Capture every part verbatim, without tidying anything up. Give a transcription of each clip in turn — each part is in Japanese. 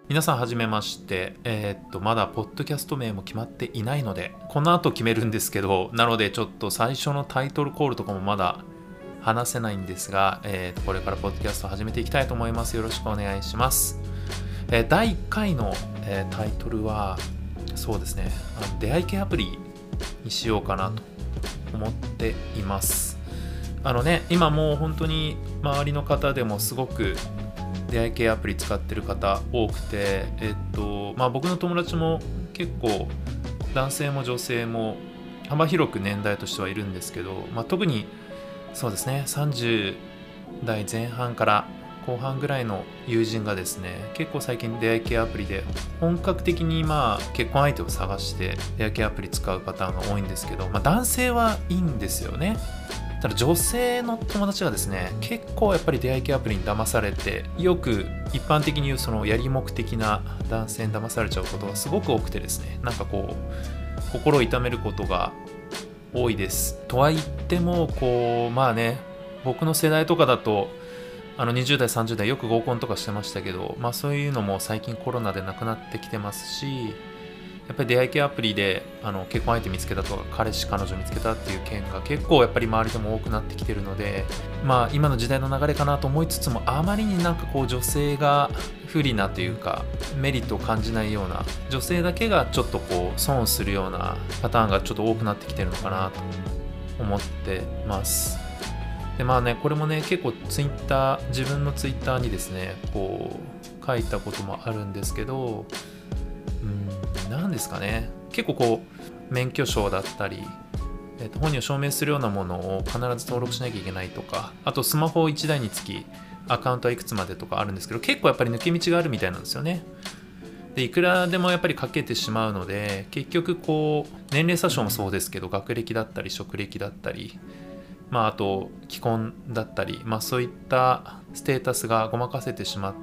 皆さんはじめまして。えーっと、まだポッドキャスト名も決まっていないので、この後決めるんですけど、なのでちょっと最初のタイトルコールとかもまだ話せないんですが、えーっと、これからポッドキャストを始めていきたいと思います。よろしくお願いします。えー、だいいっかいの、えータイトルは、そうですね、あの出会い系アプリにしようかなと思っています。あのね、今もう本当に周りの方でもすごく出会い系アプリ使ってる方多くて、えっとまあ、僕の友達も結構男性も女性も幅広く年代としてはいるんですけど、まあ、特にそうですねさんじゅう代前半から後半ぐらいの友人がですね、結構最近出会い系アプリで本格的にまあ結婚相手を探して出会い系アプリ使うパターンが多いんですけど、まあ、男性はいいんですよね。ただ女性の友達がですね、結構やっぱり出会い系アプリに騙されて、よく一般的に言うそのやりもく的な男性に騙されちゃうことがすごく多くてですね、なんかこう心を痛めることが多いです。とは言ってもこうまあね、僕の世代とかだとあのにじゅう代さんじゅう代よく合コンとかしてましたけど、まあそういうのも最近コロナでなくなってきてますし、やっぱり出会い系アプリであの結婚相手見つけたとか彼氏彼女見つけたっていう件が結構やっぱり周りでも多くなってきてるので、まあ今の時代の流れかなと思いつつも、あまりになんかこう女性が不利なというかメリットを感じないような、女性だけがちょっとこう損するようなパターンがちょっと多くなってきてるのかなと思ってます。でまあね、これもね結構ツイッター自分のツイッターにですねこう書いたこともあるんですけど、うん、なんですかね、結構こう免許証だったり、えーと本人を証明するようなものを必ず登録しなきゃいけないとか、あとスマホいちだいにつきアカウントはいくつまでとかあるんですけど、結構やっぱり抜け道があるみたいなんですよね。でいくらでもやっぱりかけてしまうので、結局こう年齢詐称もそうですけど、学歴だったり職歴だったり、まあ、あと既婚だったり、まあ、そういったステータスがごまかせてしまって、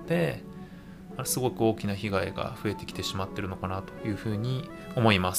すごく大きな被害が増えてきてしまってるのかなというふうに思います。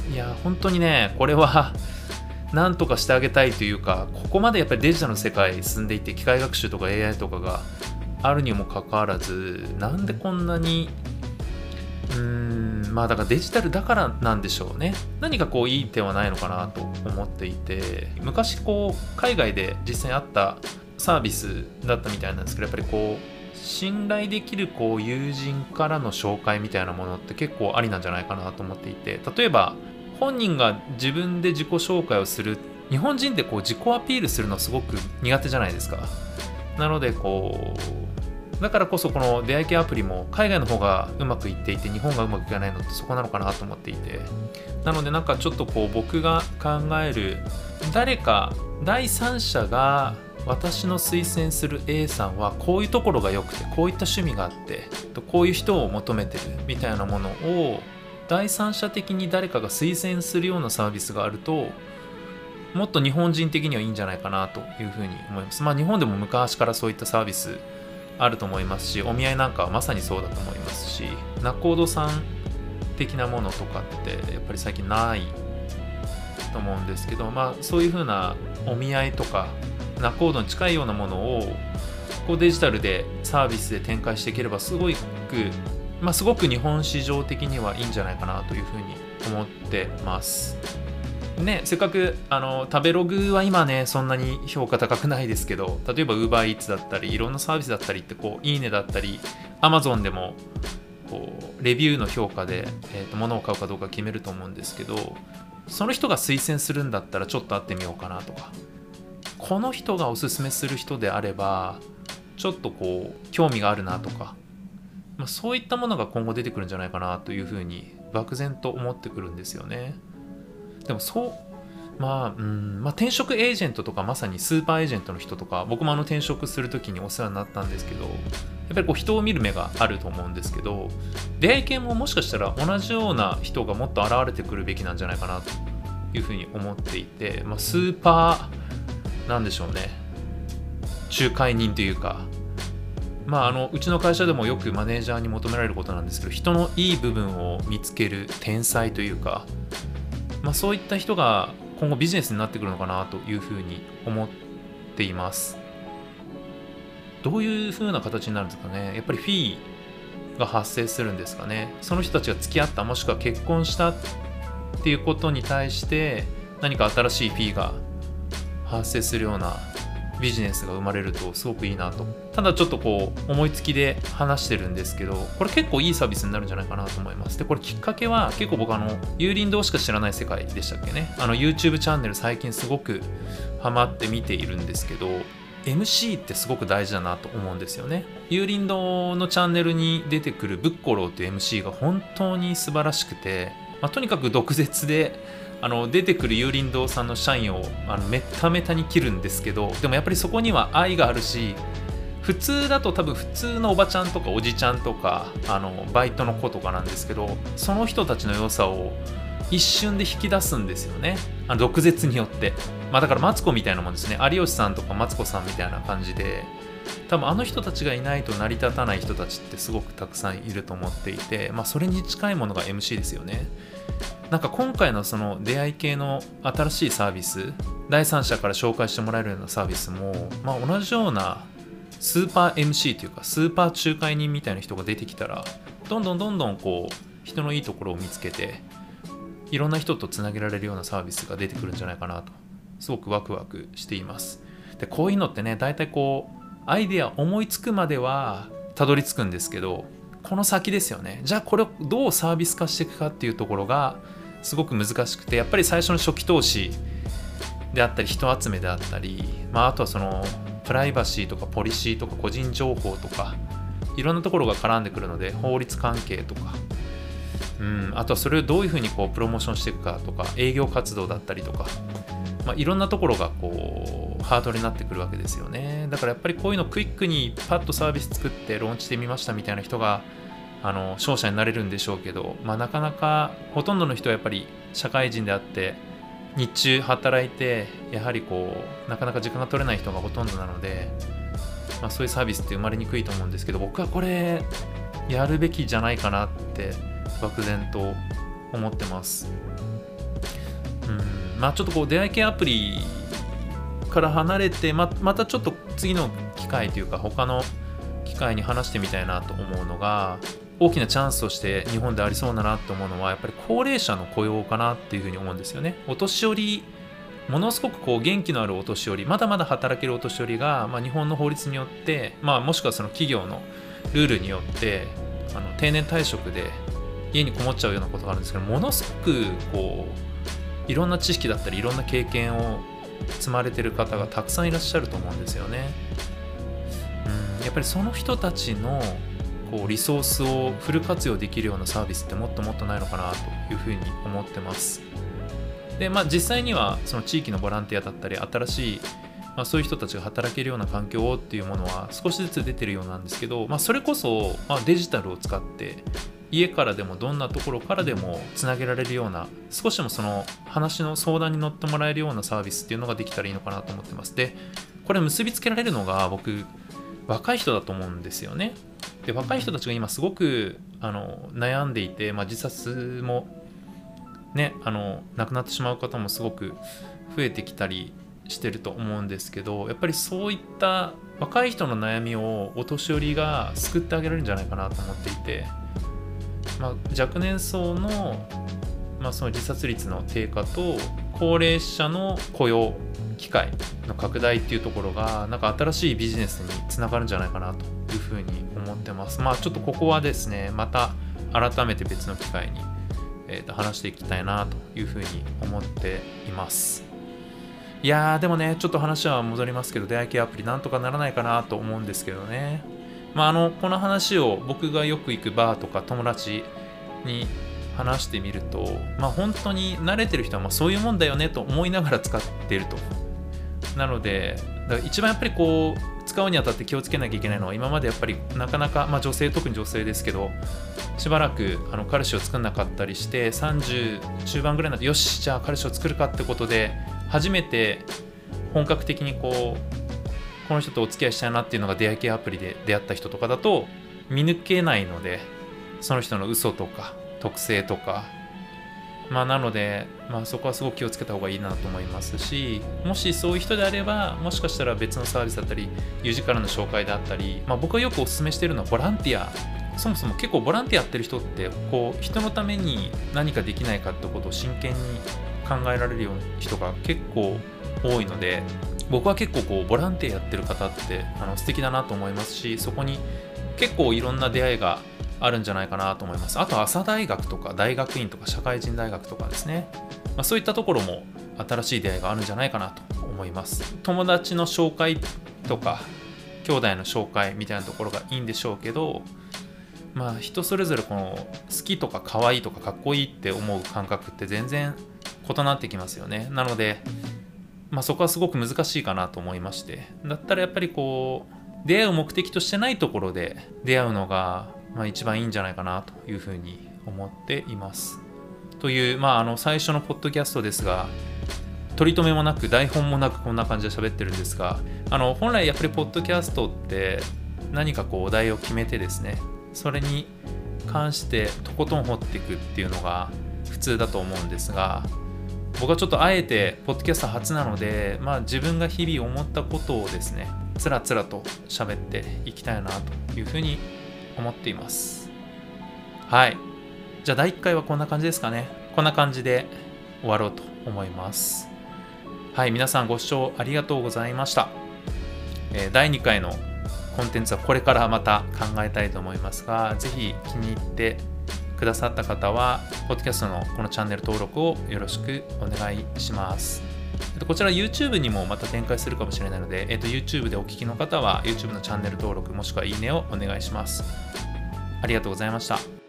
いや本当にね、これはなんとかしてあげたいというか、ここまでやっぱりデジタルの世界に進んでいて、機械学習とか エーアイ とかがあるにもかかわらず、なんでこんなにうーんまあだからデジタルだからなんでしょうね。何かこういい点はないのかなと思っていて、昔こう海外で実際にあったサービスだったみたいなんですけど、やっぱりこう信頼できるこう友人からの紹介みたいなものって結構ありなんじゃないかなと思っていて、例えば本人が自分で自己紹介をする、日本人ってこう自己アピールするのすごく苦手じゃないですか。なのでこうだからこそこの出会い系アプリも海外の方がうまくいっていて、日本がうまくいかないのってそこなのかなと思っていて、なのでなんかちょっとこう僕が考える、誰か第三者が私の推薦する A さんはこういうところが良くて、こういった趣味があってこういう人を求めてるみたいなものを第三者的に誰かが推薦するようなサービスがあると、もっと日本人的にはいいんじゃないかなというふうに思います。まあ日本でも昔からそういったサービスあると思いますし、お見合いなんかはまさにそうだと思いますし、仲人さん的なものとかってやっぱり最近ないと思うんですけど、まあそういう風なお見合いとか仲人に近いようなものをこうデジタルでサービスで展開していければ、すごくまあすごく日本市場的にはいいんじゃないかなというふうに思ってますね。せっかくあの食べログは今ねそんなに評価高くないですけど、例えば UberEats だったりいろんなサービスだったりってこういいねだったり Amazon でもこうレビューの評価で、えーと物を買うかどうか決めると思うんですけど、その人が推薦するんだったらちょっと会ってみようかなとか、この人がおすすめする人であればちょっとこう興味があるなとか、まあ、そういったものが今後出てくるんじゃないかなというふうに漠然と思ってくるんですよね。でもそうまあうんまあ転職エージェントとか、まさにスーパーエージェントの人とか、僕もあの転職するときにお世話になったんですけど、やっぱりこう人を見る目があると思うんですけど、出会い系ももしかしたら同じような人がもっと現れてくるべきなんじゃないかなというふうに思っていて、まあ、スーパーなんでしょうね、仲介人というか、まあ、あのうちの会社でもよくマネージャーに求められることなんですけど、人のいい部分を見つける天才というか、まあ、そういった人が今後ビジネスになってくるのかなというふうに思っています。どういう風な形になるんですかね。やっぱりフィーが発生するんですかね。その人たちが付き合ったもしくは結婚したっていうことに対して何か新しいフィーが発生するようなビジネスが生まれるとすごくいいなと。ただちょっとこう思いつきで話してるんですけど、これ結構いいサービスになるんじゃないかなと思います。でこれきっかけは結構僕あの有林堂しか知らない世界でしたっけね、あの YouTube チャンネル最近すごくハマって見ているんですけど、 エムシー ってすごく大事だなと思うんですよね。有林堂のチャンネルに出てくるブッコローっていう エムシー が本当に素晴らしくて、まあ、とにかく毒舌であの出てくる有林堂さんの社員をあのめっためたに切るんですけど、でもやっぱりそこには愛があるし、普通だと多分普通のおばちゃんとかおじちゃんとかあのバイトの子とかなんですけど、その人たちの良さを一瞬で引き出すんですよね、あの毒舌によって。まあだからマツコみたいなもんですね。有吉さんとかマツコさんみたいな感じで、多分あの人たちがいないと成り立たない人たちってすごくたくさんいると思っていて、まあそれに近いものが エムシー ですよね。なんか今回のその出会い系の新しいサービス、第三者から紹介してもらえるようなサービスも、まあ、同じようなスーパー エムシー というかスーパー仲介人みたいな人が出てきたら、どんどんどんどんこう人のいいところを見つけていろんな人とつなげられるようなサービスが出てくるんじゃないかなとすごくワクワクしています。でこういうのってね、大体こうアイデア思いつくまではたどり着くんですけど、この先ですよね。じゃあこれをどうサービス化していくかっていうところがすごく難しくて、やっぱり最初の初期投資であったり人集めであったり、まあ、あとはそのプライバシーとかポリシーとか個人情報とかいろんなところが絡んでくるので、法律関係とか、うん、あとはそれをどういうふうにこうプロモーションしていくかとか、営業活動だったりとか、まあ、いろんなところがこうハードルになってくるわけですよね。だからやっぱりこういうのクイックにパッとサービス作ってローンチしてみましたみたいな人があの勝者になれるんでしょうけど、まあ、なかなかほとんどの人はやっぱり社会人であって日中働いてやはりこうなかなか時間が取れない人がほとんどなので、まあ、そういうサービスって生まれにくいと思うんですけど、僕はこれやるべきじゃないかなって漠然と思ってます。うん、まあちょっとこう出会い系アプリから離れて ま, またちょっと次の機会というか他の機会に話してみたいなと思うのが、大きなチャンスとして日本でありそうだなと思うのはやっぱり高齢者の雇用かなっていうふうに思うんですよね。お年寄り、ものすごくこう元気のあるお年寄り、まだまだ働けるお年寄りが、まあ、日本の法律によって、まあ、もしくはその企業のルールによってあの定年退職で家にこもっちゃうようなことがあるんですけど、ものすごくこういろんな知識だったりいろんな経験を積まれてる方がたくさんいらっしゃると思うんですよね。うん、やっぱりその人たちのこうリソースをフル活用できるようなサービスってもっともっとないのかなというふうに思ってます。で、まあ、実際にはその地域のボランティアだったり新しい、まあ、そういう人たちが働けるような環境っていうものは少しずつ出てるようなんですけど、まあ、それこそ、まあ、デジタルを使って家からでもどんなところからでもつなげられるような、少しでもその話の相談に乗ってもらえるようなサービスっていうのができたらいいのかなと思ってます。で、これ結びつけられるのが僕若い人だと思うんですよね。で、若い人たちが今すごくあの悩んでいて、まあ、自殺もね、あの亡くなってしまう方もすごく増えてきたりしてると思うんですけど、やっぱりそういった若い人の悩みをお年寄りが救ってあげられるんじゃないかなと思っていて、まあ、若年層の、まあ、その自殺率の低下と高齢者の雇用機会の拡大っていうところがなんか新しいビジネスにつながるんじゃないかなというふうに思ってます。まあちょっとここはですね、また改めて別の機会に、えーと話していきたいなというふうに思っています。いやーでもね、ちょっと話は戻りますけど、出会い系アプリなんとかならないかなと思うんですけどね。まあ、あのこの話を僕がよく行くバーとか友達に話してみると、まあ、本当に慣れてる人はまあそういうもんだよねと思いながら使っていると。なのでだから一番やっぱりこう使うにあたって気をつけなきゃいけないのは、今までやっぱりなかなか、まあ、女性特に女性ですけどしばらくあの彼氏を作んなかったりして、さんじゅう中盤ぐらいになってよしじゃあ彼氏を作るかってことで初めて本格的にこうこの人とお付き合いしたいなっていうのが出会い系アプリで出会った人とかだと見抜けないので、その人の嘘とか特性とか、まあなので、まあ、そこはすごく気をつけた方がいいなと思いますし、もしそういう人であればもしかしたら別のサービスだったり友人からの紹介であったり、まあ、僕がよくお勧めしているのはボランティアそもそも結構ボランティアやってる人ってこう人のために何かできないかってことを真剣に考えられるような人が結構多いので、僕は結構こうボランティアやってる方ってあの素敵だなと思いますし、そこに結構いろんな出会いがあるんじゃないかなと思います。あと朝大学とか大学院とか社会人大学とかですね、まあ、そういったところも新しい出会いがあるんじゃないかなと思います。友達の紹介とか兄弟の紹介みたいなところがいいんでしょうけど、まあ人それぞれこの好きとか可愛いとかかっこいいって思う感覚って全然異なってきますよね。なので、まあ、そこはすごく難しいかなと思いまして、だったらやっぱりこう出会いを目的としてないところで出会うのが、まあ、一番いいんじゃないかなというふうに思っています。という、まあ、あの最初のポッドキャストですが、取り留めもなく台本もなくこんな感じで喋ってるんですが、あの本来やっぱりポッドキャストって何かこうお題を決めてですね、それに関してとことん掘っていくっていうのが普通だと思うんですが、僕はちょっとあえてポッドキャスト初なので、まあ、自分が日々思ったことをですねつらつらと喋っていきたいなというふうに思っています。はい、じゃあだいいっかいはこんな感じですかね。こんな感じで終わろうと思います。はい、皆さんご視聴ありがとうございました。えー、だいにかいのコンテンツはこれからまた考えたいと思いますが、ぜひ気に入ってくださった方はポッドキャストのこのチャンネル登録をよろしくお願いします。こちら YouTube にもまた展開するかもしれないので、えっと、YouTube でお聞きの方は YouTube のチャンネル登録もしくはいいねをお願いします。ありがとうございました。